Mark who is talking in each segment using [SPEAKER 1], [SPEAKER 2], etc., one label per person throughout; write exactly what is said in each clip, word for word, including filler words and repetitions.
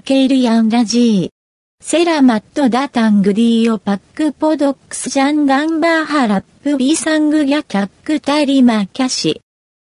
[SPEAKER 1] ケイリアンラジー。セラマットダタングディーオパックポドックスジャンガンバーハラップビーサングギャキャックタリマキャシ。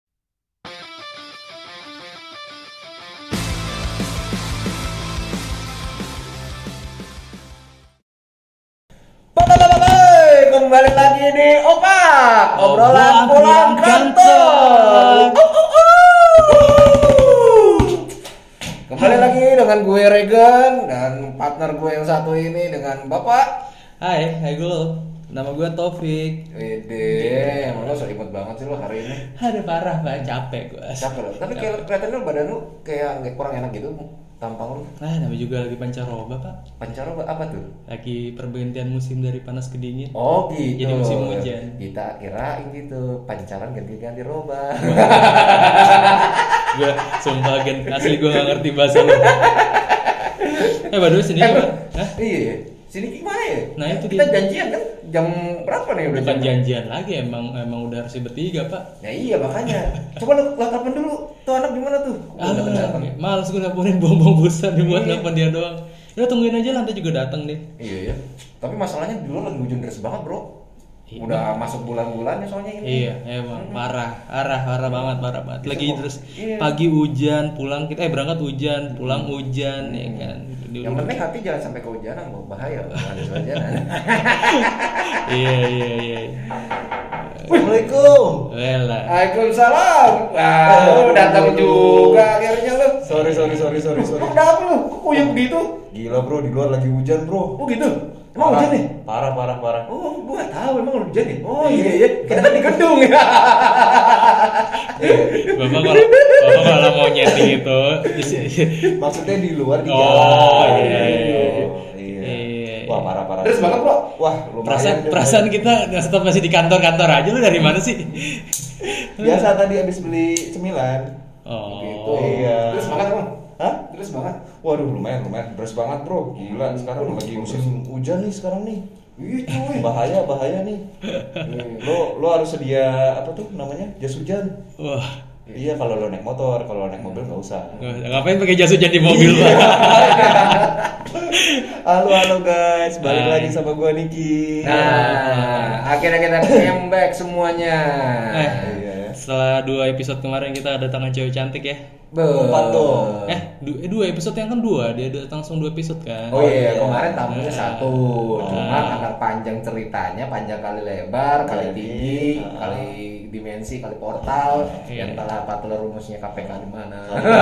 [SPEAKER 2] Kembali lagi di Opak obrolan pulang kantor. Uh, uh, uh. Kembali lagi dengan gue Regan dan partner gue yang satu ini dengan Bapak.
[SPEAKER 3] Hai, hai gue. Nama gue Taufik.
[SPEAKER 2] Wede, emang lo so imut banget sih lo hari ini.
[SPEAKER 3] Aduh parah banget, capek gue.
[SPEAKER 2] Capek lo. Tapi kayak kelihatan lo badan lo kayak kurang enak gitu. Tampang lu.
[SPEAKER 3] Nah, namanya juga lagi pancaroba, Pak.
[SPEAKER 2] Pancaroba apa tuh?
[SPEAKER 3] Lagi pergantian musim dari panas ke dingin.
[SPEAKER 2] Oh, gitu.
[SPEAKER 3] Jadi musim hujan.
[SPEAKER 2] Kita kirain gitu, pancaran ganti-ganti roba.
[SPEAKER 3] Gue sumpah gen asli gue gak ngerti bahasa lu. Eh, baru sini
[SPEAKER 2] eh,
[SPEAKER 3] juga.
[SPEAKER 2] Hah? Iya. Sini gimana ya?
[SPEAKER 3] Nah, itu
[SPEAKER 2] kita
[SPEAKER 3] dia.
[SPEAKER 2] janjian kan jam berapa nih udah?
[SPEAKER 3] Bukan janjian lagi, emang emang udah harus bertiga, Pak.
[SPEAKER 2] Ya iya makanya. Coba lu telepon dulu. Tuh anak gimana tuh?
[SPEAKER 3] Ah, males gue laporin buang-buang busa nih buat nelfon dia doang. Udah tungguin aja nanti juga datang deh.
[SPEAKER 2] Iya ya. Tapi masalahnya di luar lagi hujan deras banget, Bro.
[SPEAKER 3] Iya.
[SPEAKER 2] Udah masuk bulan-bulannya soalnya ini.
[SPEAKER 3] Iya, emang parah, parah, parah banget, parah banget. Lagi
[SPEAKER 2] Bisa,
[SPEAKER 3] terus
[SPEAKER 2] iya.
[SPEAKER 3] pagi hujan, pulang kita eh berangkat hujan, pulang hujan,
[SPEAKER 2] Hmm.
[SPEAKER 3] ya kan.
[SPEAKER 2] Yang penting hati jangan sampai kehujanan, mau bahaya kalau ada hujanan.
[SPEAKER 3] Iya, iya, iya.
[SPEAKER 2] Assalamualaikum.
[SPEAKER 3] Wela.
[SPEAKER 2] Waalaikumsalam. Wah, lu datang juga akhirnya lu.
[SPEAKER 4] Sorry, sorry, sorry, sorry, sorry.
[SPEAKER 2] Lu kenapa lu? Kok kuyup gitu?
[SPEAKER 4] Gila bro, di luar lagi hujan bro.
[SPEAKER 2] Oh gitu? Emang
[SPEAKER 4] Parah,
[SPEAKER 2] hujan nih?
[SPEAKER 4] Parah, parah, parah.
[SPEAKER 2] Oh, gua nggak tahu emang hujan nih. Oh iya iya, kita kan di gedung ya.
[SPEAKER 3] Bapak kalau Bapak kalau mau nyeting itu
[SPEAKER 4] Maksudnya di luar di
[SPEAKER 3] Oh,
[SPEAKER 4] jalan.
[SPEAKER 3] iya, iya.
[SPEAKER 4] Oh, iya.
[SPEAKER 3] Iya.
[SPEAKER 4] Wah, parah, parah.
[SPEAKER 2] Terus banget, Bro.
[SPEAKER 4] Wah, lumayan.
[SPEAKER 3] perasaan
[SPEAKER 4] deh,
[SPEAKER 3] perasaan kita nggak tetap masih di kantor-kantor aja, lu dari mana sih?
[SPEAKER 4] bro. Biasa tadi habis beli cemilan.
[SPEAKER 3] Oh.
[SPEAKER 2] Gitu.
[SPEAKER 4] Iya.
[SPEAKER 2] Terus banget, Bang.
[SPEAKER 4] Hah?
[SPEAKER 2] Terus banget.
[SPEAKER 4] Waduh, lumayan, lumayan. Deras banget bro. Gila, sekarang lagi musim hujan nih sekarang nih.
[SPEAKER 2] Iya, cuy.
[SPEAKER 4] Bahaya, bahaya nih. Lo, lo harus sedia apa tuh namanya? Jas hujan.
[SPEAKER 3] Wah.
[SPEAKER 4] Iya, kalau lo naik motor, kalau lo naik mobil nggak usah.
[SPEAKER 3] Ngapain pakai jas hujan di mobil, Pak?
[SPEAKER 4] Halo, halo guys, balik
[SPEAKER 3] Hai.
[SPEAKER 4] lagi sama gua Niki.
[SPEAKER 2] Nah, akhirnya kita comeback semuanya.
[SPEAKER 3] Eh,
[SPEAKER 4] Iya.
[SPEAKER 3] setelah dua episode kemarin kita datangan cewek cantik ya.
[SPEAKER 4] Empat dong.
[SPEAKER 3] Eh, du- eh, dua episode yang kan dua, dia datang langsung dua episode kan.
[SPEAKER 2] Oh iya, kemarin tamunya
[SPEAKER 3] Nah.
[SPEAKER 2] satu. Cuma
[SPEAKER 3] Nah.
[SPEAKER 2] karena panjang ceritanya, panjang kali lebar, kali
[SPEAKER 4] Kali
[SPEAKER 2] tinggi,
[SPEAKER 4] nah.
[SPEAKER 2] kali dimensi, kali portal,
[SPEAKER 3] Iya.
[SPEAKER 2] yang telah apa telah rumusnya K P K di mana.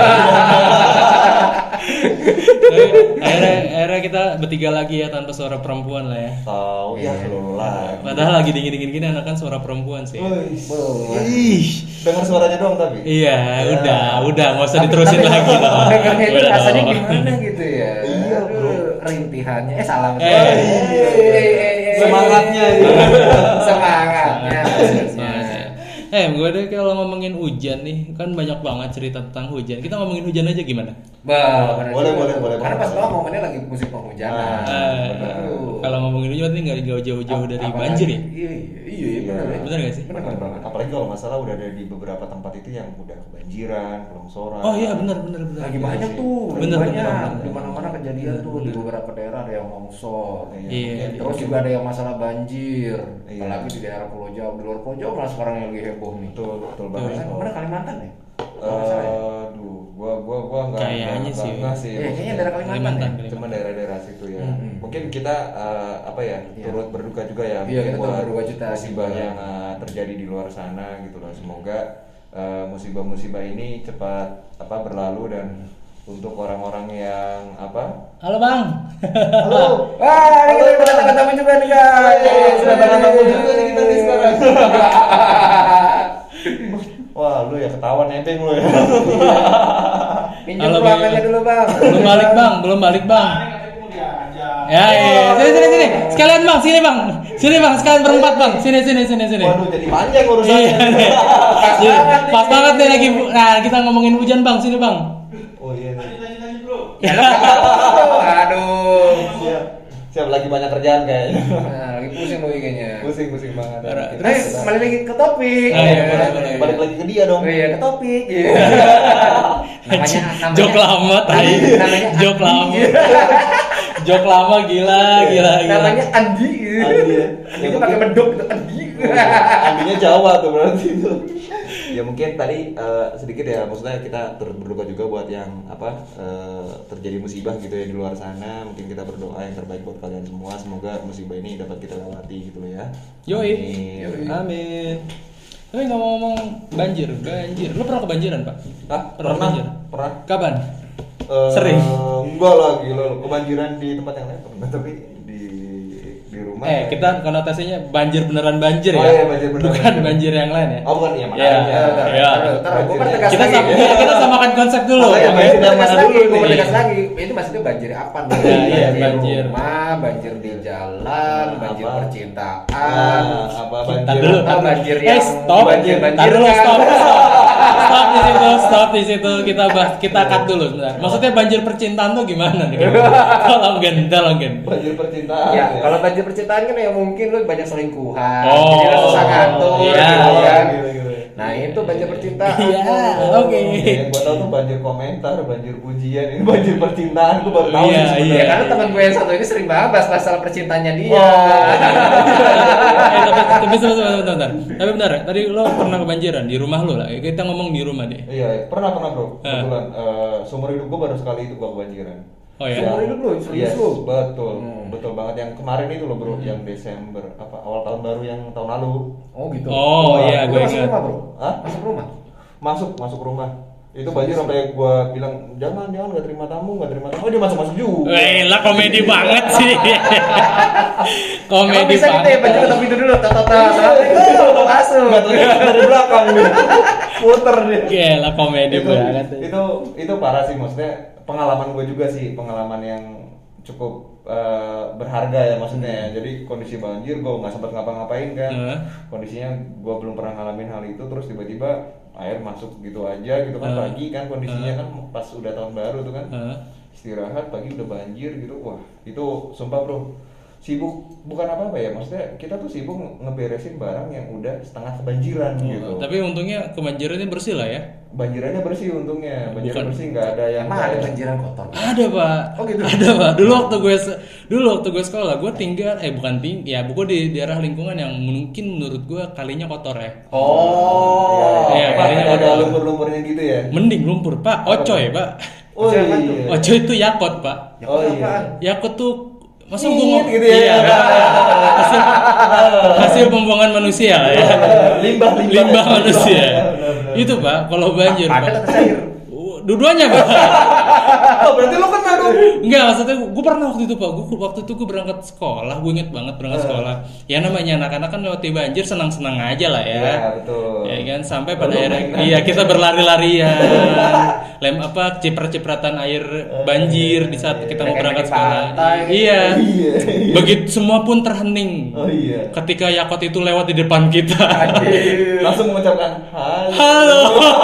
[SPEAKER 3] Tapi akhirnya, akhirnya kita bertiga lagi ya tanpa suara perempuan lah ya.
[SPEAKER 4] Tahu ya
[SPEAKER 2] Iya.
[SPEAKER 4] lo lagi.
[SPEAKER 3] Padahal lagi dingin-dingin gini anak kan suara perempuan sih.
[SPEAKER 2] Boleh.
[SPEAKER 4] Ih, dengar suaranya doang tapi.
[SPEAKER 3] Iya,
[SPEAKER 4] Ya.
[SPEAKER 3] udah, udah nggak usah diterusin
[SPEAKER 2] Tapi-
[SPEAKER 3] lagi.
[SPEAKER 2] tapi
[SPEAKER 3] dong.
[SPEAKER 2] dengarnya itu
[SPEAKER 3] Udah
[SPEAKER 2] rasanya
[SPEAKER 3] dong.
[SPEAKER 2] gimana gitu ya?
[SPEAKER 4] Iya, bro.
[SPEAKER 2] Aduh, rintihannya, eh salah.
[SPEAKER 3] Eh,
[SPEAKER 2] Eh,
[SPEAKER 4] iya.
[SPEAKER 2] eh,
[SPEAKER 4] Semangatnya,
[SPEAKER 2] eh,
[SPEAKER 4] iya.
[SPEAKER 2] Semangatnya.
[SPEAKER 3] Semangatnya. Eh, gue deh kalau ngomongin hujan nih, kan banyak banget cerita tentang hujan. Kita ngomongin hujan aja gimana?
[SPEAKER 2] Bah, benar
[SPEAKER 4] Boleh,
[SPEAKER 2] juga.
[SPEAKER 4] boleh, boleh,
[SPEAKER 2] Karena
[SPEAKER 4] boleh.
[SPEAKER 2] pas banget momennya lagi musim penghujanan.
[SPEAKER 3] Eh,
[SPEAKER 2] Aduh.
[SPEAKER 3] kalau ngomongin hujan berarti nggak jauh-jauh dari
[SPEAKER 2] Apalagi-
[SPEAKER 3] banjir ya?
[SPEAKER 2] Iya, iya, iya, benar ya.
[SPEAKER 3] Benar nggak sih?
[SPEAKER 2] Benar, benar banget.
[SPEAKER 4] Apalagi kalau masalah udah ada di beberapa tempat itu yang udah kebanjiran, longsoran.
[SPEAKER 3] Oh iya, benar, benar, benar.
[SPEAKER 2] Lagi banyak tuh, lagi
[SPEAKER 3] Bener,
[SPEAKER 2] banyak.
[SPEAKER 3] bener.
[SPEAKER 2] Di mana-mana kejadian tuh di beberapa daerah ada yang longsor.
[SPEAKER 3] Iya.
[SPEAKER 2] Terus juga ada yang masalah banjir.
[SPEAKER 4] Iya.
[SPEAKER 2] Apalagi di daerah Pulau Jawa, di luar Pulau Jawa malah sekarang yang lagi heboh nih.
[SPEAKER 4] Betul, betul
[SPEAKER 3] Betul.
[SPEAKER 4] banget.
[SPEAKER 2] Mana, mana Kalimantan ya? Kalau nggak
[SPEAKER 4] Eh,
[SPEAKER 2] salah ya?
[SPEAKER 4] Aduh, gua gua gua enggak
[SPEAKER 3] Kayaknya sih.
[SPEAKER 4] enggak sih.
[SPEAKER 2] Iya, kayaknya daerah Kalimantan.
[SPEAKER 3] Kalimantan,
[SPEAKER 2] ya?
[SPEAKER 3] Kalimantan.
[SPEAKER 4] Cuma daerah-daerah situ ya.
[SPEAKER 2] Hmm.
[SPEAKER 4] Mungkin kita eh, apa ya,
[SPEAKER 2] Iya.
[SPEAKER 4] turut berduka juga ya
[SPEAKER 2] Iya, kita
[SPEAKER 4] buat
[SPEAKER 2] turut berduka cita
[SPEAKER 4] musibah
[SPEAKER 2] juga.
[SPEAKER 4] yang eh, terjadi di luar sana gitu loh. Semoga eh, musibah-musibah ini cepat apa berlalu dan untuk orang-orang yang apa?
[SPEAKER 3] Halo Bang.
[SPEAKER 4] Halo.
[SPEAKER 2] Wah, ini kita udah datang tamu juga nih guys.
[SPEAKER 4] Sudah datang tamu juga nih kita nih sekarang. Wah, lu ya ketahuan nebeng lu ya.
[SPEAKER 2] Pinjam
[SPEAKER 3] Halo,
[SPEAKER 2] ruangannya
[SPEAKER 3] Bang.
[SPEAKER 2] dulu bang.
[SPEAKER 3] Belum balik Bang, belum balik Bang. Ya, iya, sini sini sini. Sekalian Bang, sini Bang. Sini Bang, sekalian berempat Bang. Sini sini sini sini.
[SPEAKER 4] Waduh, jadi panjang urusannya.
[SPEAKER 3] Iya, nih. Jadi, pas banget nih lagi. Nah, kita ngomongin hujan Bang, sini Bang.
[SPEAKER 4] Oh iya. nih.
[SPEAKER 2] Aduh.
[SPEAKER 4] Siap. Siap lagi banyak kerjaan kayaknya.
[SPEAKER 2] Nah, lagi pusing loh kayaknya.
[SPEAKER 4] Pusing, pusing banget.
[SPEAKER 3] Parah.
[SPEAKER 4] Kita-
[SPEAKER 2] Ayo, kembali lagi ke topik.
[SPEAKER 3] Oh, iya,
[SPEAKER 2] Ya.
[SPEAKER 3] boleh, boleh.
[SPEAKER 4] Balik lagi ke dia dong.
[SPEAKER 2] Oh iya, ke topik. Iya. Namanya namanya
[SPEAKER 3] Jok lama tai.
[SPEAKER 2] namanya
[SPEAKER 3] Jok
[SPEAKER 2] Andi.
[SPEAKER 3] lama. Jok lama gila, gila, gila.
[SPEAKER 2] Namanya Andi.
[SPEAKER 4] Andi ya.
[SPEAKER 2] Itu pakai medok itu Andi.
[SPEAKER 4] Andinya Jawa tuh berarti itu. Ya mungkin tadi uh, sedikit ya, maksudnya kita turut berduka juga buat yang apa uh, terjadi musibah gitu ya di luar sana. Mungkin kita berdoa yang terbaik buat kalian semua. Semoga musibah ini dapat kita lewati gitu loh ya.
[SPEAKER 3] Yoi.
[SPEAKER 4] Amin.
[SPEAKER 3] Amin. Tapi ngomong-ngomong banjir, banjir. Lu pernah kebanjiran, Pak?
[SPEAKER 4] Hah?
[SPEAKER 3] Pernah
[SPEAKER 4] Pernah?
[SPEAKER 3] banjir?
[SPEAKER 4] Pernah?
[SPEAKER 3] Kapan?
[SPEAKER 4] Eh,
[SPEAKER 3] Sering?
[SPEAKER 4] Enggak lah, gila lu. Kebanjiran di tempat yang lain pernah, tapi di di rumah.
[SPEAKER 3] Eh, kita konotasinya banjir beneran banjir
[SPEAKER 4] Oh
[SPEAKER 3] ya.
[SPEAKER 4] iya, banjir beneran
[SPEAKER 3] Bukan
[SPEAKER 4] banjir.
[SPEAKER 3] banjir yang lain ya.
[SPEAKER 4] Oh bukan, iya
[SPEAKER 3] Iya,
[SPEAKER 4] makanya.
[SPEAKER 3] iya.
[SPEAKER 2] Iya. Ntar gue pertegas
[SPEAKER 3] Kita
[SPEAKER 2] lagi.
[SPEAKER 3] sama iya, kita samakan konsep dulu.
[SPEAKER 4] Makanya
[SPEAKER 2] Gue
[SPEAKER 4] banjir yang
[SPEAKER 2] pertegas
[SPEAKER 4] mana
[SPEAKER 2] lagi,
[SPEAKER 4] dulu
[SPEAKER 2] gue
[SPEAKER 4] nih?
[SPEAKER 2] pertegas lagi. Itu maksudnya banjir apa? nih?
[SPEAKER 3] Iya, iya, banjir.
[SPEAKER 2] rumah, banjir di jalan,
[SPEAKER 4] Nah,
[SPEAKER 2] banjir
[SPEAKER 4] apa?
[SPEAKER 2] percintaan.
[SPEAKER 4] Ah, apa
[SPEAKER 3] Tar
[SPEAKER 4] banjir?
[SPEAKER 3] dulu,
[SPEAKER 2] Apa
[SPEAKER 3] tar
[SPEAKER 2] banjir
[SPEAKER 3] Eh,
[SPEAKER 2] yang
[SPEAKER 3] stop.
[SPEAKER 2] banjir-banjir
[SPEAKER 3] Tar dulu,
[SPEAKER 2] kan?
[SPEAKER 3] stop. Stop. Stop di situ, stop di situ. Kita bahas, kita cut dulu sebentar. Maksudnya banjir percintaan tuh gimana nih? Tolong gen, tolong gen.
[SPEAKER 4] Banjir percintaan.
[SPEAKER 2] Ya, kalau banjir percintaan kan ya mungkin lu banyak selingkuhan,
[SPEAKER 3] Oh,
[SPEAKER 2] jadi lu susah ngatur,
[SPEAKER 3] iya,
[SPEAKER 2] gitu
[SPEAKER 3] iya,
[SPEAKER 2] kan.
[SPEAKER 4] gitu, gitu.
[SPEAKER 2] Nah itu banjir percintaan.
[SPEAKER 3] Iya,
[SPEAKER 2] tuh.
[SPEAKER 3] oke.
[SPEAKER 4] Yang gua tahu tuh banjir komentar, banjir pujian, ini banjir percintaan gua baru tahu
[SPEAKER 3] Iya,
[SPEAKER 4] sih sebenarnya.
[SPEAKER 2] Ya karena teman gue yang satu ini sering banget bahas masalah percintaannya dia.
[SPEAKER 3] eh, tapi tapi sebentar, sebentar, sebentar, sebentar. Tapi benar, ya, tadi lo pernah kebanjiran di rumah lo lah. Kita ngomong di rumah deh.
[SPEAKER 4] Iya, pernah pernah bro.
[SPEAKER 3] Ah.
[SPEAKER 4] Kebetulan eh, seumur hidup gua baru sekali itu gua kebanjiran.
[SPEAKER 3] Oh ya.
[SPEAKER 2] Seumur hidup lu, serius
[SPEAKER 4] Yes,
[SPEAKER 2] lu?
[SPEAKER 4] betul,
[SPEAKER 2] Hmm.
[SPEAKER 4] betul banget. Yang kemarin itu loh bro, yang Desember apa awal tahun baru yang tahun lalu.
[SPEAKER 2] Oh gitu.
[SPEAKER 3] Oh, iya,
[SPEAKER 2] Lu
[SPEAKER 3] gue
[SPEAKER 2] masuk
[SPEAKER 3] ingat.
[SPEAKER 2] rumah bro?
[SPEAKER 4] Hah?
[SPEAKER 2] Masuk rumah?
[SPEAKER 4] Masuk masuk rumah. Itu banjir sampai gua bilang jangan jangan nggak terima tamu nggak terima tamu. Oh dia masuk masuk juga.
[SPEAKER 3] Weh, lah komedi banget sih.
[SPEAKER 2] Emang
[SPEAKER 3] Komedi
[SPEAKER 2] bisa gitu ya, banjir
[SPEAKER 3] banget.
[SPEAKER 2] ketemu dulu, tata-tata, assalamualaikum, mau masuk.
[SPEAKER 4] Nggak ternyata dari belakang dia. Puter dia.
[SPEAKER 3] Gila komedi
[SPEAKER 4] itu,
[SPEAKER 3] banget.
[SPEAKER 4] itu itu parah sih, maksudnya pengalaman gue juga sih, pengalaman yang cukup eh, berharga ya maksudnya ya. Jadi kondisi banjir gue nggak sempat ngapa-ngapain kan.
[SPEAKER 3] Heeh.
[SPEAKER 4] Kondisinya gue belum pernah ngalamin hal itu, terus tiba-tiba air masuk gitu aja gitu kan.
[SPEAKER 3] Heeh.
[SPEAKER 4] Pagi kan kondisinya kan pas udah tahun baru tuh kan.
[SPEAKER 3] Heeh.
[SPEAKER 4] Istirahat pagi udah banjir gitu. Wah itu sumpah bro, sibuk bukan apa-apa ya, maksudnya kita tuh sibuk ngeberesin barang yang udah setengah kebanjiran gitu.
[SPEAKER 3] Tapi untungnya kebanjirannya bersih lah ya.
[SPEAKER 4] Banjirannya bersih untungnya, banjiran
[SPEAKER 3] Bukan.
[SPEAKER 4] bersih nggak ada yang
[SPEAKER 2] Emang ada
[SPEAKER 4] kayak-
[SPEAKER 2] banjiran kotor?
[SPEAKER 3] Ada pak.
[SPEAKER 2] Oh, gitu?
[SPEAKER 3] Ada pak. Dulu waktu gue se- dulu waktu gue sekolah, gue tinggal eh bukan ting, ya gue di daerah lingkungan yang mungkin menurut gue kalinya kotor ya.
[SPEAKER 2] Oh.
[SPEAKER 3] Iya,
[SPEAKER 4] Apa,
[SPEAKER 3] kayaknya
[SPEAKER 4] ada
[SPEAKER 3] kotor.
[SPEAKER 4] lumpur-lumpurnya gitu ya.
[SPEAKER 3] Mending lumpur pak. Ocoy pak.
[SPEAKER 4] Oh
[SPEAKER 2] Siapa tuh?
[SPEAKER 4] iya.
[SPEAKER 3] Ocoy itu yakot pak.
[SPEAKER 4] Oh iya.
[SPEAKER 3] Yakot tuh masa
[SPEAKER 4] Nyit,
[SPEAKER 3] gue ngomong
[SPEAKER 4] gitu ya.
[SPEAKER 3] iya, hasil, hasil pembuangan manusia lah ya.
[SPEAKER 4] Limbah limbah.
[SPEAKER 3] Limbah manusia.
[SPEAKER 4] Benar, benar.
[SPEAKER 3] Itu pak kalau banjir
[SPEAKER 2] Padat
[SPEAKER 3] pak.
[SPEAKER 2] atau cair?
[SPEAKER 3] Uh, Dua-duanya pak.
[SPEAKER 4] Oh berarti lo kena dong.
[SPEAKER 3] Enggak, maksudnya gue pernah waktu itu pak, gue waktu itu gue berangkat sekolah, gue inget banget berangkat sekolah. Ya namanya anak-anak kan lewati banjir senang-senang aja lah ya.
[SPEAKER 4] Iya betul.
[SPEAKER 3] Ya kan sampai pada
[SPEAKER 4] Lalu
[SPEAKER 3] akhirnya,
[SPEAKER 4] mainan.
[SPEAKER 3] iya kita berlari-larian, lem apa ciprat-cipratan air banjir di saat kita mau
[SPEAKER 2] Kayak
[SPEAKER 3] berangkat
[SPEAKER 2] di
[SPEAKER 3] sekolah.
[SPEAKER 2] pantai.
[SPEAKER 3] Iya.
[SPEAKER 4] Iya.
[SPEAKER 3] Begitu semua pun terhening.
[SPEAKER 4] Oh iya.
[SPEAKER 3] Ketika Yakot itu lewat di depan kita.
[SPEAKER 4] Langsung mengucapkan halo.
[SPEAKER 3] Halo.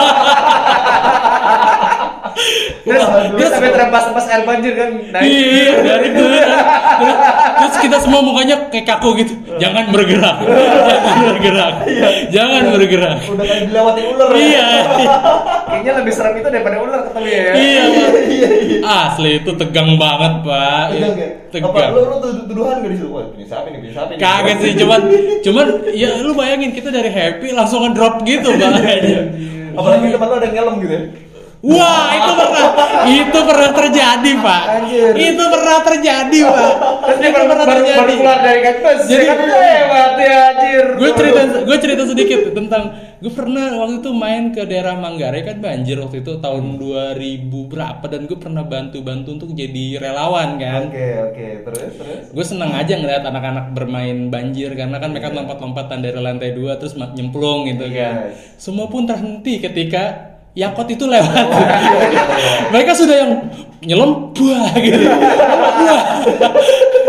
[SPEAKER 2] Terus,
[SPEAKER 4] Aduh.
[SPEAKER 2] terus sampai terempas-empas air banjir kan? naik.
[SPEAKER 3] Iya, dari itu. Terus, terus kita semua mukanya kayak kaku gitu. Jangan bergerak. Jangan bergerak. Jangan bergerak.
[SPEAKER 4] Udah kayak dilewati ular. ya?
[SPEAKER 3] Iya.
[SPEAKER 2] Kayaknya lebih serem itu daripada ular ketemu ya.
[SPEAKER 3] Iya, Pak.
[SPEAKER 4] Iya iya.
[SPEAKER 3] Asli itu tegang banget, Pak.
[SPEAKER 4] Tegang ya? Apa
[SPEAKER 3] Tegang.
[SPEAKER 4] lu lu tuduh- tuduhan gak di situ? Wah, punya siapa nih? Punya siapa nih?
[SPEAKER 3] Kaget sih, cuman cuman ya lu bayangin kita dari happy langsung ngedrop gitu, Pak.
[SPEAKER 4] Apalagi teman lu ada yang ngelem gitu ya.
[SPEAKER 3] Wah, itu pernah itu pernah terjadi, Pak.
[SPEAKER 2] Anjir.
[SPEAKER 3] Itu pernah terjadi, Pak.
[SPEAKER 2] Terus dia
[SPEAKER 3] Itu
[SPEAKER 2] baru,
[SPEAKER 3] pernah
[SPEAKER 2] baru, baru
[SPEAKER 3] terjadi.
[SPEAKER 2] keluar dari kampus.
[SPEAKER 3] Jadi-
[SPEAKER 2] Jadi kan lewat ya anjir.
[SPEAKER 3] Gue cerita gue cerita sedikit tentang gue pernah waktu itu main ke daerah Manggarai kan banjir waktu itu tahun dua ribu berapa dan gue pernah bantu-bantu untuk jadi relawan kan.
[SPEAKER 4] Oke oke terus terus.
[SPEAKER 3] Gue seneng aja ngeliat anak-anak bermain banjir karena kan mereka lompat-lompatan dari lantai dua terus ma- nyemplung gitu kan.
[SPEAKER 4] Yes.
[SPEAKER 3] Semua pun terhenti ketika Yakot itu lewat. Mereka sudah yang nyelam buah gitu. Buah.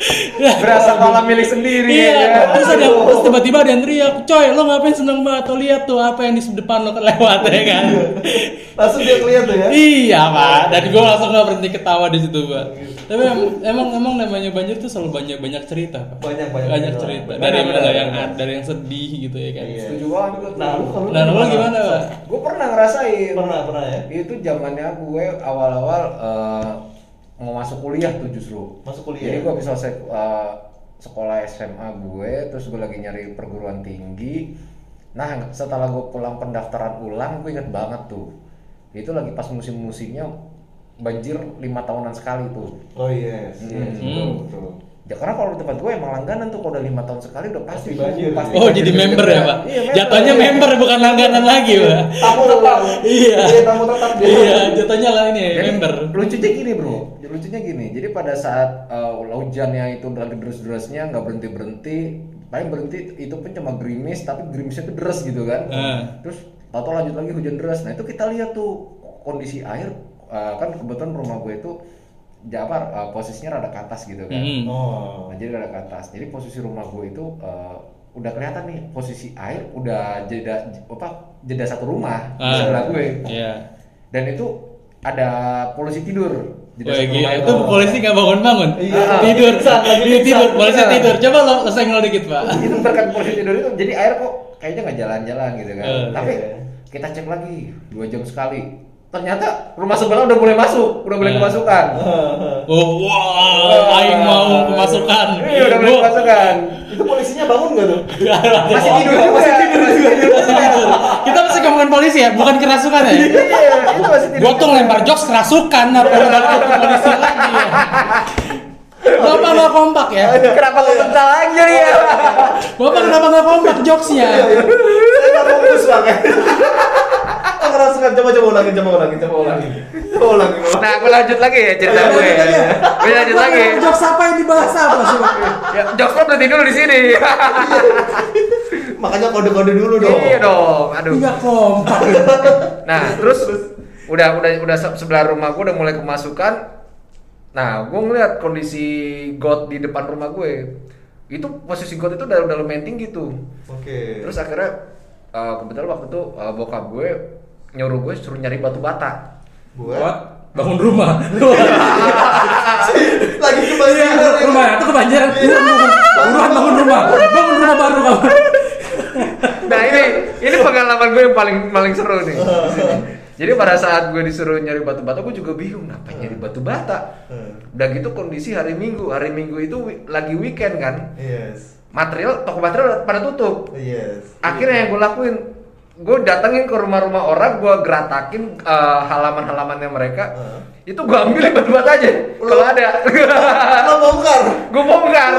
[SPEAKER 2] Berasa malah milih sendiri
[SPEAKER 3] Iya,
[SPEAKER 2] ya.
[SPEAKER 3] terus ada terus tiba-tiba ada yang teriak, coy lo ngapain seneng banget, tuh lihat tuh apa yang di depan lo lewat ya kan.
[SPEAKER 4] Langsung dia kelihatan tuh ya.
[SPEAKER 3] Iya pak, dan gue langsung nggak berhenti ketawa di situ pak. Tapi em- emang emang namanya banjir tuh selalu banyak banyak cerita pak.
[SPEAKER 4] Banyak, banyak,
[SPEAKER 3] banyak
[SPEAKER 4] banyak.
[SPEAKER 3] cerita.
[SPEAKER 4] Benar,
[SPEAKER 3] Dari yang
[SPEAKER 4] benar,
[SPEAKER 3] ada yang
[SPEAKER 4] benar.
[SPEAKER 3] dari yang sedih gitu ya kan.
[SPEAKER 4] Iya.
[SPEAKER 2] Setuju banget.
[SPEAKER 4] Nah, lu kalau
[SPEAKER 3] Nah lo gimana pak?
[SPEAKER 2] Gue pernah ngerasain.
[SPEAKER 4] Pernah, pernah ya.
[SPEAKER 2] Itu zamannya gue awal-awal eh, mau masuk kuliah tuh justru.
[SPEAKER 4] Masuk kuliah.
[SPEAKER 2] Jadi gue habis selesai eh, sekolah S M A gue, terus gue lagi nyari perguruan tinggi. Nah setelah gue pulang pendaftaran ulang, gue inget banget tuh. Itu lagi pas musim-musimnya banjir lima tahunan sekali tuh.
[SPEAKER 4] Oh yes, yes,
[SPEAKER 2] Hmm.
[SPEAKER 4] betul, betul.
[SPEAKER 2] Ya karena kalau di tempat gue emang langganan tuh kalau udah lima tahun sekali udah pasti
[SPEAKER 4] Pasti banjir.
[SPEAKER 2] pasti
[SPEAKER 3] Oh
[SPEAKER 2] banjir
[SPEAKER 3] jadi
[SPEAKER 2] gitu
[SPEAKER 3] member
[SPEAKER 2] kan.
[SPEAKER 3] ya pak?
[SPEAKER 2] Iya,
[SPEAKER 3] Jatuhnya member bukan langganan lagi pak.
[SPEAKER 4] Tamu tetap.
[SPEAKER 3] Iya.
[SPEAKER 4] Iya, tamu tetap dia.
[SPEAKER 3] Iya, jatuhnya lah ini ya,
[SPEAKER 2] Jadi,
[SPEAKER 3] member.
[SPEAKER 2] lucunya gini bro, lucunya gini. Jadi pada saat uh, hujannya itu lagi deras-derasnya nggak berhenti berhenti, paling berhenti itu pun cuma gerimis, tapi gerimisnya itu deras gitu kan.
[SPEAKER 3] Ah.
[SPEAKER 2] Terus tahu lanjut lagi hujan deras. Nah itu kita lihat tuh kondisi air uh, kan kebetulan rumah gue itu Jabar uh, posisinya rada ke atas gitu kan.
[SPEAKER 3] Hmm.
[SPEAKER 4] Oh.
[SPEAKER 2] Nah, jadi rada ke atas. Jadi posisi rumah gue itu uh, udah kelihatan nih posisi air udah jeda apa jeda satu rumah di
[SPEAKER 3] Ah.
[SPEAKER 2] sebelah gue.
[SPEAKER 3] Iya.
[SPEAKER 2] Dan itu ada polisi tidur. Jeda
[SPEAKER 3] Wah
[SPEAKER 2] satu
[SPEAKER 3] gila,
[SPEAKER 2] rumah
[SPEAKER 3] itu polisi nggak bangun-bangun.
[SPEAKER 4] Iya.
[SPEAKER 3] Tidur,
[SPEAKER 4] Pingsan, lagi
[SPEAKER 3] Dia tidur,
[SPEAKER 4] pingsan.
[SPEAKER 3] polisi
[SPEAKER 2] Iya.
[SPEAKER 3] tidur. Coba lo senggol dikit pak.
[SPEAKER 2] Itu berkat polisi tidur itu jadi air kok kayaknya nggak jalan-jalan gitu kan.
[SPEAKER 3] Eh,
[SPEAKER 2] Tapi
[SPEAKER 4] iya.
[SPEAKER 2] kita cek lagi dua jam sekali. Ternyata rumah sebelah udah mulai masuk, udah mulai
[SPEAKER 3] Eh.
[SPEAKER 2] kemasukan.
[SPEAKER 3] Oh wah, aing mau kemasukan.
[SPEAKER 2] Iya, udah mulai
[SPEAKER 3] Gua-
[SPEAKER 2] kemasukan.
[SPEAKER 4] Itu polisinya bangun nggak tuh?
[SPEAKER 2] Masih tidur juga, masih tidur, masih tidur.
[SPEAKER 3] Masih tidur. Kita masih ngomongin polisi ya, bukan kerasukan ya.
[SPEAKER 2] Iya, itu masih tidur.
[SPEAKER 3] Gua tuh lempar jokes kerasukan, apa balik ke polisi lagi ya. Bapak nggak kompak ya?
[SPEAKER 2] Kenapa kau bentar lagi ya?
[SPEAKER 3] Bapak kenapa nggak kompak jokesnya?
[SPEAKER 4] Saya nggak fokus banget. Oh, kerasukan. Coba coba ulangi, coba ulangi, coba ulangi. Coba ulangi. ulangi.
[SPEAKER 2] Nah, aku lanjut lagi ya cerita gue.
[SPEAKER 4] Lanjut aja.
[SPEAKER 2] Gue lanjut lagi.
[SPEAKER 3] Jokes apa yang dibahas apa sih?
[SPEAKER 2] Ya, Jokro berhenti dulu di sini.
[SPEAKER 4] Makanya kode-kode dulu dong.
[SPEAKER 2] Iya dong. Aduh.
[SPEAKER 3] Nggak kompak.
[SPEAKER 2] Nah, terus udah udah udah se- sebelah rumah gue udah mulai kemasukan. Nah, gue ngeliat kondisi got di depan rumah gue. Itu posisi got itu udah udah lumayan tinggi tuh.
[SPEAKER 4] Oke.
[SPEAKER 2] Terus akhirnya uh, kebetulan waktu itu uh, bokap gue nyuruh gue suruh nyari batu bata.
[SPEAKER 4] Buat
[SPEAKER 3] Bangun rumah.
[SPEAKER 4] lagi kebanjiran.
[SPEAKER 3] Rumah itu kebanjiran. Buruan bangun rumah. Bangun rumah baru kamu.
[SPEAKER 2] Nah ini ini pengalaman gue yang paling paling seru nih. di sini. Jadi pada saat gue disuruh nyari batu bata, gue juga bingung ngapain nyari batu bata. Udah gitu kondisi hari Minggu, hari Minggu itu wi- lagi weekend kan.
[SPEAKER 4] Yes.
[SPEAKER 2] Material toko material pada tutup.
[SPEAKER 4] Yes.
[SPEAKER 2] Akhirnya yang gue lakuin, gue datengin ke rumah-rumah orang, gue geratakin uh, halaman-halamannya mereka.
[SPEAKER 4] Heeh.
[SPEAKER 2] Itu gue ambil batu bata aja. Kalau ada,
[SPEAKER 4] Lo bongkar.
[SPEAKER 2] gue bongkar.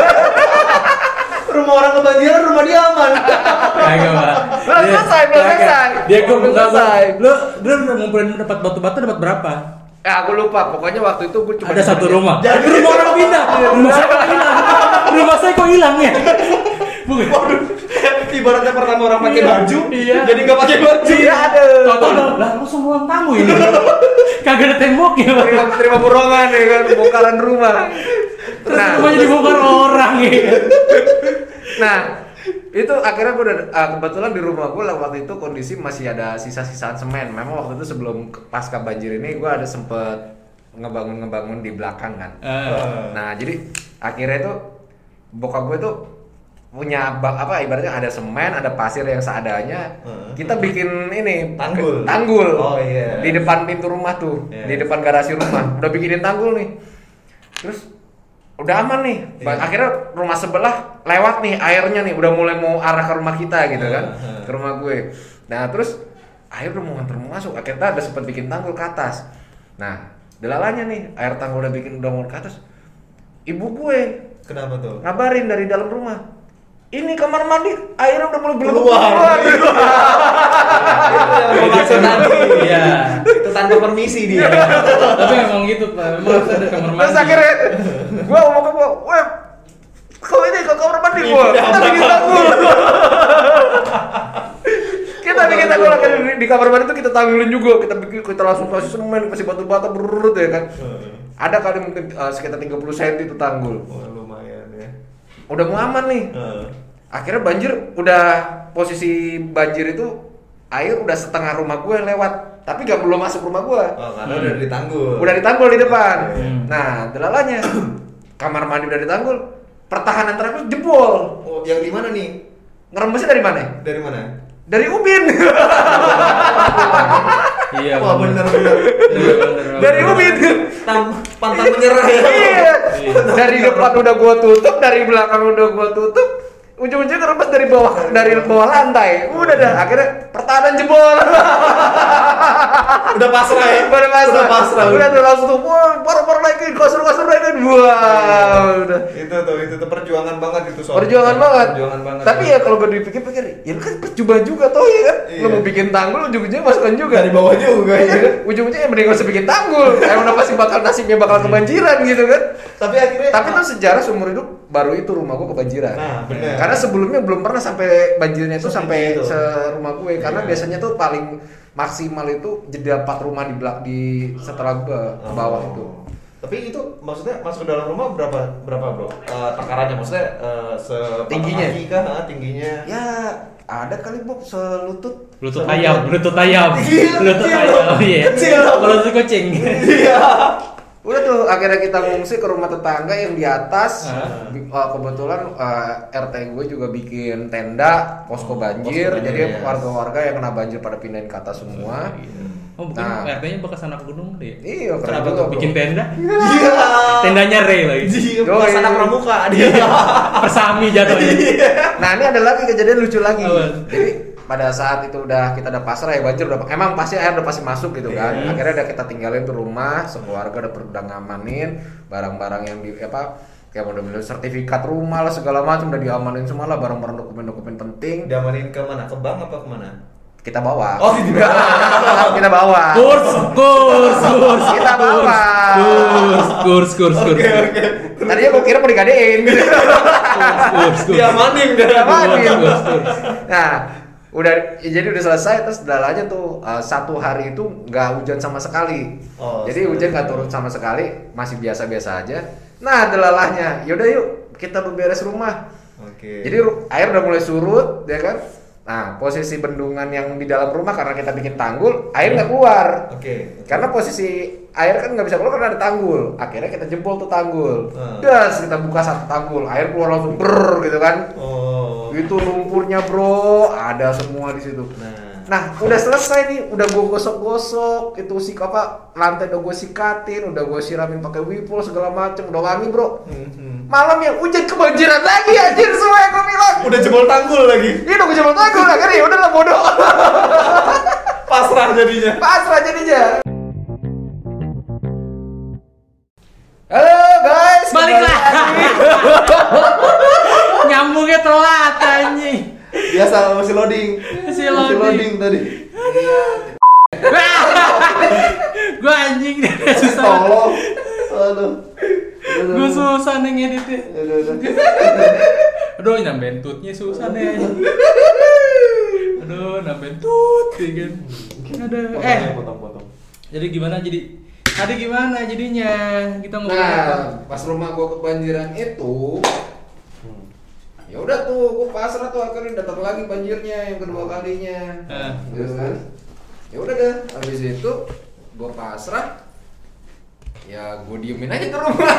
[SPEAKER 4] Rumah orang kebanjiran, rumah dia aman.
[SPEAKER 3] Kagak pak.
[SPEAKER 2] Belum
[SPEAKER 3] Dia-
[SPEAKER 2] selesai, belum
[SPEAKER 3] kagak.
[SPEAKER 2] selesai.
[SPEAKER 3] Dia gue
[SPEAKER 2] Belum
[SPEAKER 3] nggak
[SPEAKER 2] selesai.
[SPEAKER 3] Lu lu ngumpulin dapat batu bata dapat berapa?
[SPEAKER 2] Ya aku lupa, pokoknya waktu itu gue cuma
[SPEAKER 3] Ada satu rumah.
[SPEAKER 4] Jadi-
[SPEAKER 3] Jadi rumah orang pindah. Rumah saya kok hilang. Rumah saya kok hilang ya? Bukan.
[SPEAKER 4] Waduh, ibaratnya pertama orang pakai
[SPEAKER 3] Iya.
[SPEAKER 4] baju,
[SPEAKER 3] Iya.
[SPEAKER 4] jadi nggak pakai baju.
[SPEAKER 2] Iya ada.
[SPEAKER 3] Total lah, lu semua ruang tamu ini. Kagak ada temboknya. Pak.
[SPEAKER 2] terima terima burongan ya kan, bongkaran rumah.
[SPEAKER 3] Terus
[SPEAKER 2] Nah,
[SPEAKER 3] rumahnya dibongkar orang ya.
[SPEAKER 2] nah itu akhirnya gue udah ah, kebetulan di rumah gue lah waktu itu kondisi masih ada sisa-sisaan semen. Memang waktu itu sebelum ke- pasca banjir ini gue ada sempet ngebangun-ngebangun di belakang kan.
[SPEAKER 3] Ah.
[SPEAKER 2] Nah jadi akhirnya tuh bokap gue tuh punya bak apa ibaratnya ada semen, ada pasir yang seadanya.
[SPEAKER 4] Hmm.
[SPEAKER 2] Kita bikin ini
[SPEAKER 4] Tanggul.
[SPEAKER 2] tanggul
[SPEAKER 4] Oh, iya.
[SPEAKER 2] di depan pintu rumah tuh,
[SPEAKER 4] Yes.
[SPEAKER 2] di depan garasi rumah. Udah bikinin tanggul nih. Terus udah aman nih.
[SPEAKER 4] Iya.
[SPEAKER 2] Akhirnya rumah sebelah lewat nih airnya nih, udah mulai mau arah ke rumah kita gitu kan,
[SPEAKER 4] Hmm.
[SPEAKER 2] ke rumah gue. Nah terus air udah mau nganter mau masuk. Akhirnya ada sempat bikin tanggul ke atas. Nah delalanya nih air tanggul udah bikin udah mau ke atas. Ibu gue
[SPEAKER 4] Kenapa tuh?
[SPEAKER 2] ngabarin dari dalam rumah, ini kamar mandi airnya udah mulai belum
[SPEAKER 4] Keluar. Itu yang maksud tadi.
[SPEAKER 3] Iya.
[SPEAKER 4] Itu tanpa permisi dia.
[SPEAKER 3] Tapi emang gitu Pak, memang harus ada kamar mandi.
[SPEAKER 2] Terus akhirnya gua ngomong ke gua, "Weh, kau ini ke kamar mandi gua. Kita bikin tanggul." Kita bikin tanggul akhirnya di, di kamar mandi itu kita tanggulin juga. Kita bikin kita langsung kasih semen, kasih batu bata berurut ya kan. Ada kali mungkin uh, sekitar tiga puluh sentimeter itu tanggul.
[SPEAKER 4] Wah, lumayan
[SPEAKER 2] Udah mau aman nih.
[SPEAKER 4] Uh.
[SPEAKER 2] Akhirnya banjir, udah posisi banjir itu air udah setengah rumah gue lewat, tapi gak belum masuk rumah gue.
[SPEAKER 4] Oh, karena hmm. udah ditanggul.
[SPEAKER 2] Udah ditanggul di depan.
[SPEAKER 4] Okay.
[SPEAKER 2] Nah, delalanya kamar mandi udah ditanggul, pertahanan terakhir jebol.
[SPEAKER 4] Oh, yang di mana nih?
[SPEAKER 2] Ngerembesnya dari mana?
[SPEAKER 4] Dari mana?
[SPEAKER 2] Dari ubin.
[SPEAKER 3] Iya.
[SPEAKER 4] Wah, bener-bener.
[SPEAKER 2] Dari ubin.
[SPEAKER 4] Tam, pantang menyerah ya.
[SPEAKER 2] Iya. Dari depan udah gua tutup, dari belakang udah gua tutup. Ujung-ujungnya ngerembes dari bawah dari bawah lantai. Udah dah, akhirnya pertahanan jebol.
[SPEAKER 4] Udah pasrah ya?
[SPEAKER 2] Udah pasrah.
[SPEAKER 4] Udah pasrah.
[SPEAKER 2] Udah tuh langsung tuh, wah, paru-paru naikin, kasur-kasur naikin. Wah, udah.
[SPEAKER 4] Itu tuh, itu tuh perjuangan banget itu soal.
[SPEAKER 2] Perjuangan banget.
[SPEAKER 4] Perjuangan banget.
[SPEAKER 2] Tapi ya kalau gue dipikir-pikir, ya lu kan percuma juga toh ya kan.
[SPEAKER 4] Iya.
[SPEAKER 2] Lu mau bikin tanggul ujung-ujungnya masukkan juga.
[SPEAKER 4] Dari bawah juga ya.
[SPEAKER 2] Ujung-ujungnya mending gak usah bikin tanggul. Emang udah pasti bakal nasibnya bakal kebanjiran gitu kan.
[SPEAKER 4] Tapi akhirnya
[SPEAKER 2] Tapi tuh sejarah seumur hidup baru itu rumah gue kebanjiran.
[SPEAKER 4] Nah, bener.
[SPEAKER 2] Karena sebelumnya belum pernah sampai banjirnya itu sampai
[SPEAKER 4] Seperti itu.
[SPEAKER 2] serumah gue. Karena
[SPEAKER 4] Iya.
[SPEAKER 2] biasanya tuh paling maksimal itu jeda empat rumah di belak di setelah gue ke bawah
[SPEAKER 4] Oh.
[SPEAKER 2] itu.
[SPEAKER 4] Tapi itu maksudnya masuk ke dalam rumah berapa berapa bro? Uh, takarannya maksudnya uh, se
[SPEAKER 2] Tingginya?
[SPEAKER 4] kaki kah? Ah, tingginya?
[SPEAKER 2] Ya ada kali Bob selutut.
[SPEAKER 3] Lutut ayam, lutut ayam,
[SPEAKER 4] Kecil,
[SPEAKER 3] lutut
[SPEAKER 4] kecil.
[SPEAKER 3] ayam, oh iya.
[SPEAKER 4] Kecil.
[SPEAKER 3] Kalau lutut kucing.
[SPEAKER 4] Iya.
[SPEAKER 2] Udah tuh akhirnya kita ngungsi ke rumah tetangga yang di atas.
[SPEAKER 3] Ah.
[SPEAKER 2] Bi- uh, kebetulan uh, R T gue juga bikin tenda posko banjir,
[SPEAKER 4] posko banjir,
[SPEAKER 2] jadi
[SPEAKER 4] yes.
[SPEAKER 2] warga-warga yang kena banjir pada pindahin ke atas semua.
[SPEAKER 3] Oh bukan
[SPEAKER 2] Nah.
[SPEAKER 3] R T-nya bekas anak gunung deh.
[SPEAKER 2] Iya, keren
[SPEAKER 3] Kenapa
[SPEAKER 2] juga,
[SPEAKER 3] tuh
[SPEAKER 2] bro.
[SPEAKER 3] bikin tenda?
[SPEAKER 4] Iya.
[SPEAKER 3] Tendanya Ray lagi.
[SPEAKER 4] Iya,
[SPEAKER 2] Yoi.
[SPEAKER 4] bekas anak pramuka dia.
[SPEAKER 3] Persami jatuhnya.
[SPEAKER 2] Nah ini ada lagi kejadian lucu lagi.
[SPEAKER 3] Apa?
[SPEAKER 2] Jadi pada saat itu udah kita udah pasrah ya banjir udah emang pasti air udah pasti masuk gitu kan.
[SPEAKER 3] Iya.
[SPEAKER 2] Akhirnya udah kita tinggalin tuh rumah, sekeluarga udah udah ngamanin barang-barang yang di apa kayak model-model sertifikat rumah lah segala macam udah diamanin semua lah barang-barang dokumen-dokumen penting.
[SPEAKER 4] Diamanin ke mana? Ke bank apa kemana?
[SPEAKER 2] Kita bawa.
[SPEAKER 4] Oh, di-
[SPEAKER 2] kita bawa.
[SPEAKER 3] Kurs, kurs, kurs.
[SPEAKER 2] Kita bawa.
[SPEAKER 3] Kurs, kurs, kurs, kurs.
[SPEAKER 4] Oke, oke.
[SPEAKER 2] Tadinya gue kira mau digadein gitu.
[SPEAKER 3] Kurs, kurs.
[SPEAKER 4] Diamanin dah.
[SPEAKER 2] Diamanin.
[SPEAKER 3] Kurs, kurs.
[SPEAKER 2] Nah, udah ya jadi udah selesai terus dalamnya tuh uh, satu hari itu nggak hujan sama sekali.
[SPEAKER 4] Oh,
[SPEAKER 2] jadi hujan nggak turun sama sekali, masih biasa-biasa aja. Nah, delalahnya, yaudah yuk kita beberes rumah.
[SPEAKER 4] Oke.
[SPEAKER 2] Jadi ru- air udah mulai surut, ya kan? Nah, posisi bendungan yang di dalam rumah karena kita bikin tanggul, air nggak keluar.
[SPEAKER 4] Oke.
[SPEAKER 2] Karena posisi air kan nggak bisa keluar karena ada tanggul. Akhirnya kita jebol tuh tanggul.
[SPEAKER 4] Hmm.
[SPEAKER 2] Das, kita buka satu tanggul, air keluar langsung ber gitu kan.
[SPEAKER 4] Oh.
[SPEAKER 2] Itu lumpurnya bro, ada semua di situ.
[SPEAKER 4] Nah.
[SPEAKER 2] Nah, udah selesai nih, udah gue gosok-gosok, itu sih apa lantai udah gue sikatin, udah gue siramin pakai wipol segala macem, udah wangi bro.
[SPEAKER 4] Hmm.
[SPEAKER 2] Malam yang hujan kebanjiran lagi anjir semua yang gue bilang.
[SPEAKER 4] Udah jebol tanggul lagi.
[SPEAKER 2] Ini udah gue jebol tanggul akhirnya ya udahlah bodoh.
[SPEAKER 4] Pasrah jadinya.
[SPEAKER 2] Pasrah jadinya. Halo guys,
[SPEAKER 3] Balik
[SPEAKER 2] kembali
[SPEAKER 3] lah.
[SPEAKER 2] lagi.
[SPEAKER 3] Nyambungnya telat anjing.
[SPEAKER 4] Biasa masih loading.
[SPEAKER 3] Masih loading.
[SPEAKER 4] tadi.
[SPEAKER 3] Gua anjing deh susah.
[SPEAKER 4] Tolong. Aduh.
[SPEAKER 3] Gua susah nih ngeditnya.
[SPEAKER 4] Aduh, aduh.
[SPEAKER 3] Aduh, nyampein tutnya susah nih. Aduh, nyampein tut ya kan. Aduh. Eh,
[SPEAKER 4] potong-potong.
[SPEAKER 3] jadi gimana jadi Tadi gimana jadinya? Kita mau
[SPEAKER 2] Nah, pas rumah gua kebanjiran itu, ya udah tuh, gua pasrah tuh akhirnya datang lagi banjirnya yang kedua kalinya.
[SPEAKER 3] Eh.
[SPEAKER 2] Gitu kan. Ya udah deh, habis itu gua pasrah. Ya gua diemin aja tuh rumah.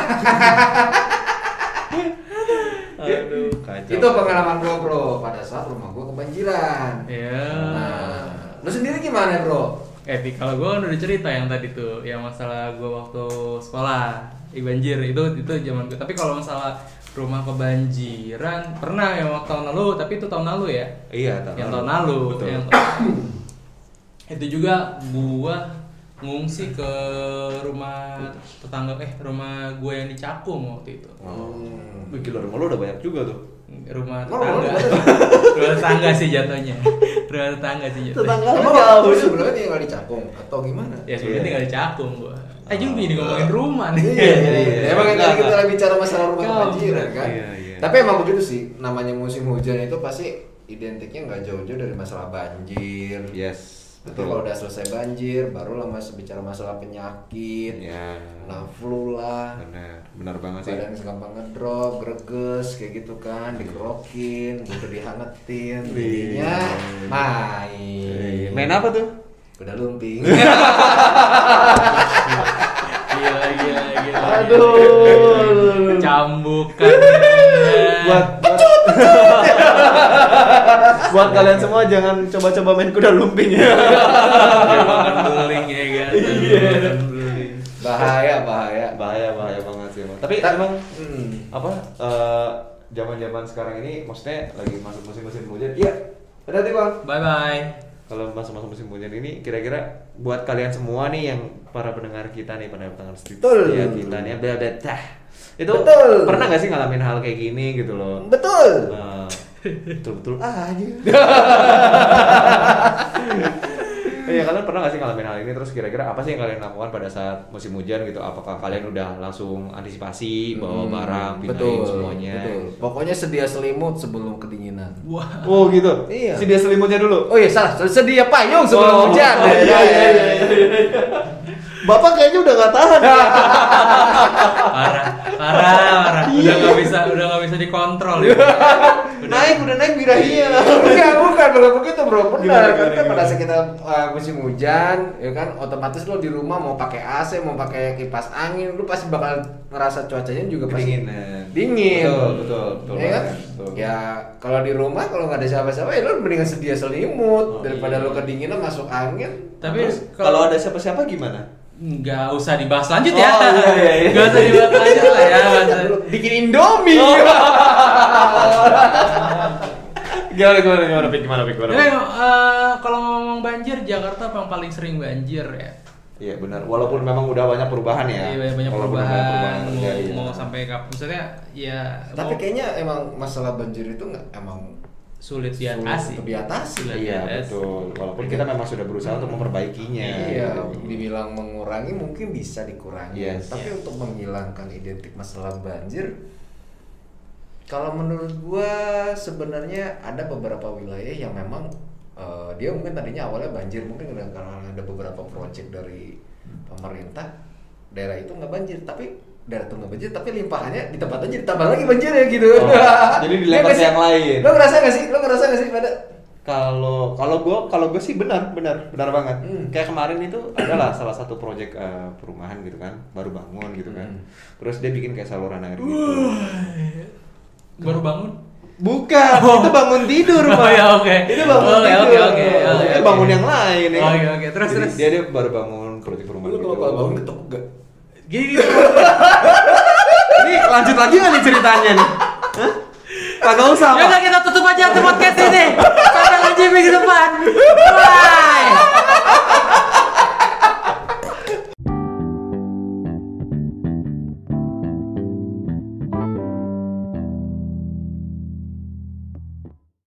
[SPEAKER 3] Aduh, kacau.
[SPEAKER 2] Itu pengalaman gua, Bro, pada saat rumah gua kebanjiran.
[SPEAKER 3] Ya.
[SPEAKER 2] Nah, lu sendiri gimana, Bro?
[SPEAKER 3] Eh, Di, kalau gue udah cerita yang tadi tuh, yang masalah gue waktu sekolah, di banjir itu itu zaman gue. Tapi kalau masalah rumah kebanjiran pernah yang waktu tahun lalu, tapi itu tahun lalu ya.
[SPEAKER 4] Iya,
[SPEAKER 3] Yang tahun lalu.
[SPEAKER 4] Betul.
[SPEAKER 3] Yang itu juga gua ngungsi ke rumah tetangga eh rumah gue yang di Cakung waktu itu.
[SPEAKER 4] Oh. Wih, gila rumah lu udah banyak juga tuh.
[SPEAKER 3] Rumah
[SPEAKER 2] Oh,
[SPEAKER 3] tetangga.
[SPEAKER 2] rumah
[SPEAKER 3] Rumah tetangga sih jatuhnya. Rumah tetangga sih jatuhnya.
[SPEAKER 2] Emang
[SPEAKER 4] jauh.
[SPEAKER 2] lu sebelumnya tinggal di Cakung atau gimana?
[SPEAKER 3] Ya sebenarnya
[SPEAKER 4] Iya.
[SPEAKER 3] tinggal di Cakung gua. Eh juga ini ngomongin rumah nih.
[SPEAKER 2] Iya, iya, iya. Emang yang tadi
[SPEAKER 4] Enggak,
[SPEAKER 2] kita
[SPEAKER 4] enggak.
[SPEAKER 2] lagi bicara masalah rumah
[SPEAKER 3] Kau.
[SPEAKER 2] kebanjiran kan?
[SPEAKER 4] Iya, iya.
[SPEAKER 2] Tapi emang begitu sih, namanya musim hujan itu pasti identiknya nggak jauh-jauh dari masalah banjir.
[SPEAKER 4] Yes.
[SPEAKER 2] Tapi kalau udah selesai banjir, barulah mas bicara masalah penyakit,
[SPEAKER 4] Ya.
[SPEAKER 2] nah flu lah,
[SPEAKER 4] Benar, benar banget sih.
[SPEAKER 2] badan gampang ngedrop, greges kayak gitu kan, dikerokin, butuh dihangetin, jadinya main.
[SPEAKER 4] Main apa tuh?
[SPEAKER 2] Udah lumping.
[SPEAKER 3] Gila gila gila.
[SPEAKER 2] Aduh.
[SPEAKER 3] Cambukan.
[SPEAKER 4] buat buat, buat kalian semua jangan coba-coba main kuda lumping ya.
[SPEAKER 3] Makan beling ya kan. Makan beling.
[SPEAKER 2] Bahaya, bahaya.
[SPEAKER 4] bahaya bahaya banget sih emang. Tapi
[SPEAKER 2] Ta-
[SPEAKER 4] emang
[SPEAKER 2] Hmm.
[SPEAKER 4] apa eh, zaman-zaman sekarang ini maksudnya lagi masuk musim-musim hujan. Iya. Hati-hati Bang.
[SPEAKER 3] Bye bye.
[SPEAKER 4] Kalau masuk-masuk musim hujan ini kira-kira buat kalian semua nih yang para pendengar kita nih, pendengar setia
[SPEAKER 2] Betul.
[SPEAKER 4] kita nih, bla bla bla. Itu
[SPEAKER 2] Betul.
[SPEAKER 4] pernah gak sih ngalamin hal kayak gini gitu loh?
[SPEAKER 2] Betul.
[SPEAKER 4] Nah, betul-betul aja. Iya, kalian pernah gak sih ngalamin hal ini? Terus kira-kira apa sih yang kalian lakukan pada saat musim hujan gitu? Apakah kalian udah langsung antisipasi bawa
[SPEAKER 2] Hmm,
[SPEAKER 4] barang, pindahin
[SPEAKER 2] betul,
[SPEAKER 4] semuanya?
[SPEAKER 2] betul. Pokoknya sedia selimut sebelum kedinginan.
[SPEAKER 3] Wah.
[SPEAKER 4] Oh gitu.
[SPEAKER 2] Iya.
[SPEAKER 4] Sedia selimutnya dulu.
[SPEAKER 2] Oh iya salah, sedia payung sebelum
[SPEAKER 4] Oh,
[SPEAKER 2] hujan.
[SPEAKER 4] oh, iya, iya, iya, iya. Bapak kayaknya udah gak tahan ya.
[SPEAKER 3] Parah, parah, parah. Udah nggak bisa, udah nggak bisa dikontrol. Ya.
[SPEAKER 4] Naik, udah naik birahia.
[SPEAKER 2] Bukan, bukan, belum begitu bro. Benar,
[SPEAKER 4] Gimana,
[SPEAKER 2] kan,
[SPEAKER 4] gimana,
[SPEAKER 2] kan pada
[SPEAKER 4] gimana?
[SPEAKER 2] saat kita uh, musim hujan, ya kan, otomatis lo di rumah mau pakai A C, mau pakai kipas angin, lo pasti bakal ngerasa cuacanya juga pasti
[SPEAKER 4] Kedinginan.
[SPEAKER 2] dingin.
[SPEAKER 4] Betul, betul, betul
[SPEAKER 2] Ya kan?
[SPEAKER 4] banget, betul.
[SPEAKER 2] Ya kalau di rumah kalau nggak ada siapa-siapa ya lo mendingan sedia selimut
[SPEAKER 4] Oh,
[SPEAKER 2] daripada
[SPEAKER 4] iya.
[SPEAKER 2] lo kedinginan masuk angin.
[SPEAKER 3] Tapi
[SPEAKER 4] Terus, kalau ada siapa-siapa gimana?
[SPEAKER 3] nggak usah dibahas lanjut ya.
[SPEAKER 4] Oh, iya, iya, iya.
[SPEAKER 3] Nggak usah dibahas lanjut lah ya. nggak usah.
[SPEAKER 2] Bikin Indomie.
[SPEAKER 4] Oh. Gimana gimana gimana Pik, gimana Pik, gimana
[SPEAKER 3] Tapi,
[SPEAKER 4] Pik?
[SPEAKER 3] eh, kalau ngomong banjir, Jakarta yang paling sering banjir ya.
[SPEAKER 4] Iya benar, walaupun memang udah banyak perubahan ya.
[SPEAKER 3] Iya, banyak
[SPEAKER 4] Walaupun
[SPEAKER 3] perubahan,
[SPEAKER 4] banyak perubahan
[SPEAKER 3] mau,
[SPEAKER 4] terjadi, ya.
[SPEAKER 3] mau sampai kapan? Maksudnya ya
[SPEAKER 2] Tapi
[SPEAKER 3] mau
[SPEAKER 2] kayaknya emang masalah banjir itu nggak emang
[SPEAKER 3] sulit
[SPEAKER 2] sulit
[SPEAKER 3] diatasi.
[SPEAKER 2] untuk diatasi.
[SPEAKER 3] Sulit
[SPEAKER 4] Iya
[SPEAKER 3] diatasi.
[SPEAKER 4] betul, walaupun kita memang sudah berusaha untuk memperbaikinya.
[SPEAKER 2] Iya, dibilang mengurangi mungkin bisa dikurangi.
[SPEAKER 4] Yes.
[SPEAKER 2] Tapi
[SPEAKER 3] Iya.
[SPEAKER 2] untuk menghilangkan identik masalah banjir, kalau menurut gua sebenarnya ada beberapa wilayah yang memang eh, dia mungkin tadinya awalnya banjir, mungkin karena ada beberapa proyek dari pemerintah, daerah itu nggak banjir, tapi daerah itu nggak banjir, tapi limpahannya di tempat aja ditambah lagi banjirnya gitu.
[SPEAKER 4] Oh, jadi dilempar
[SPEAKER 2] Iya nggak
[SPEAKER 4] ke
[SPEAKER 2] sih?
[SPEAKER 4] yang lain.
[SPEAKER 2] Lo ngerasa nggak sih? Lo ngerasa nggak sih pada?
[SPEAKER 4] Kalau kalau gue kalau gue sih benar benar benar banget.
[SPEAKER 2] Hmm.
[SPEAKER 4] Kayak kemarin itu adalah salah satu proyek eh, perumahan gitu kan, baru bangun gitu kan.
[SPEAKER 2] Hmm.
[SPEAKER 4] Terus dia bikin kayak saluran air gitu.
[SPEAKER 3] Baru bangun?
[SPEAKER 4] Bukan, itu bangun tidur,
[SPEAKER 3] Oh
[SPEAKER 4] Pak.
[SPEAKER 3] ya oke.
[SPEAKER 4] Itu bangun
[SPEAKER 3] Oke,
[SPEAKER 4] tidur.
[SPEAKER 3] oke, oke,
[SPEAKER 4] Oh,
[SPEAKER 3] oke,
[SPEAKER 4] itu
[SPEAKER 3] oke.
[SPEAKER 4] bangun yang lain ya.
[SPEAKER 3] Oke, oke. Terus,
[SPEAKER 4] Jadi
[SPEAKER 3] terus.
[SPEAKER 4] Dia dia baru bangun proyek perumahan
[SPEAKER 2] Lo
[SPEAKER 4] gitu.
[SPEAKER 2] kalau kalau bangun ketemu gak?
[SPEAKER 3] Gini.
[SPEAKER 4] Ini lanjut lagi nggak nih ceritanya nih? Hah? Kagak usah,
[SPEAKER 3] Ya
[SPEAKER 4] Pak.
[SPEAKER 3] udah kita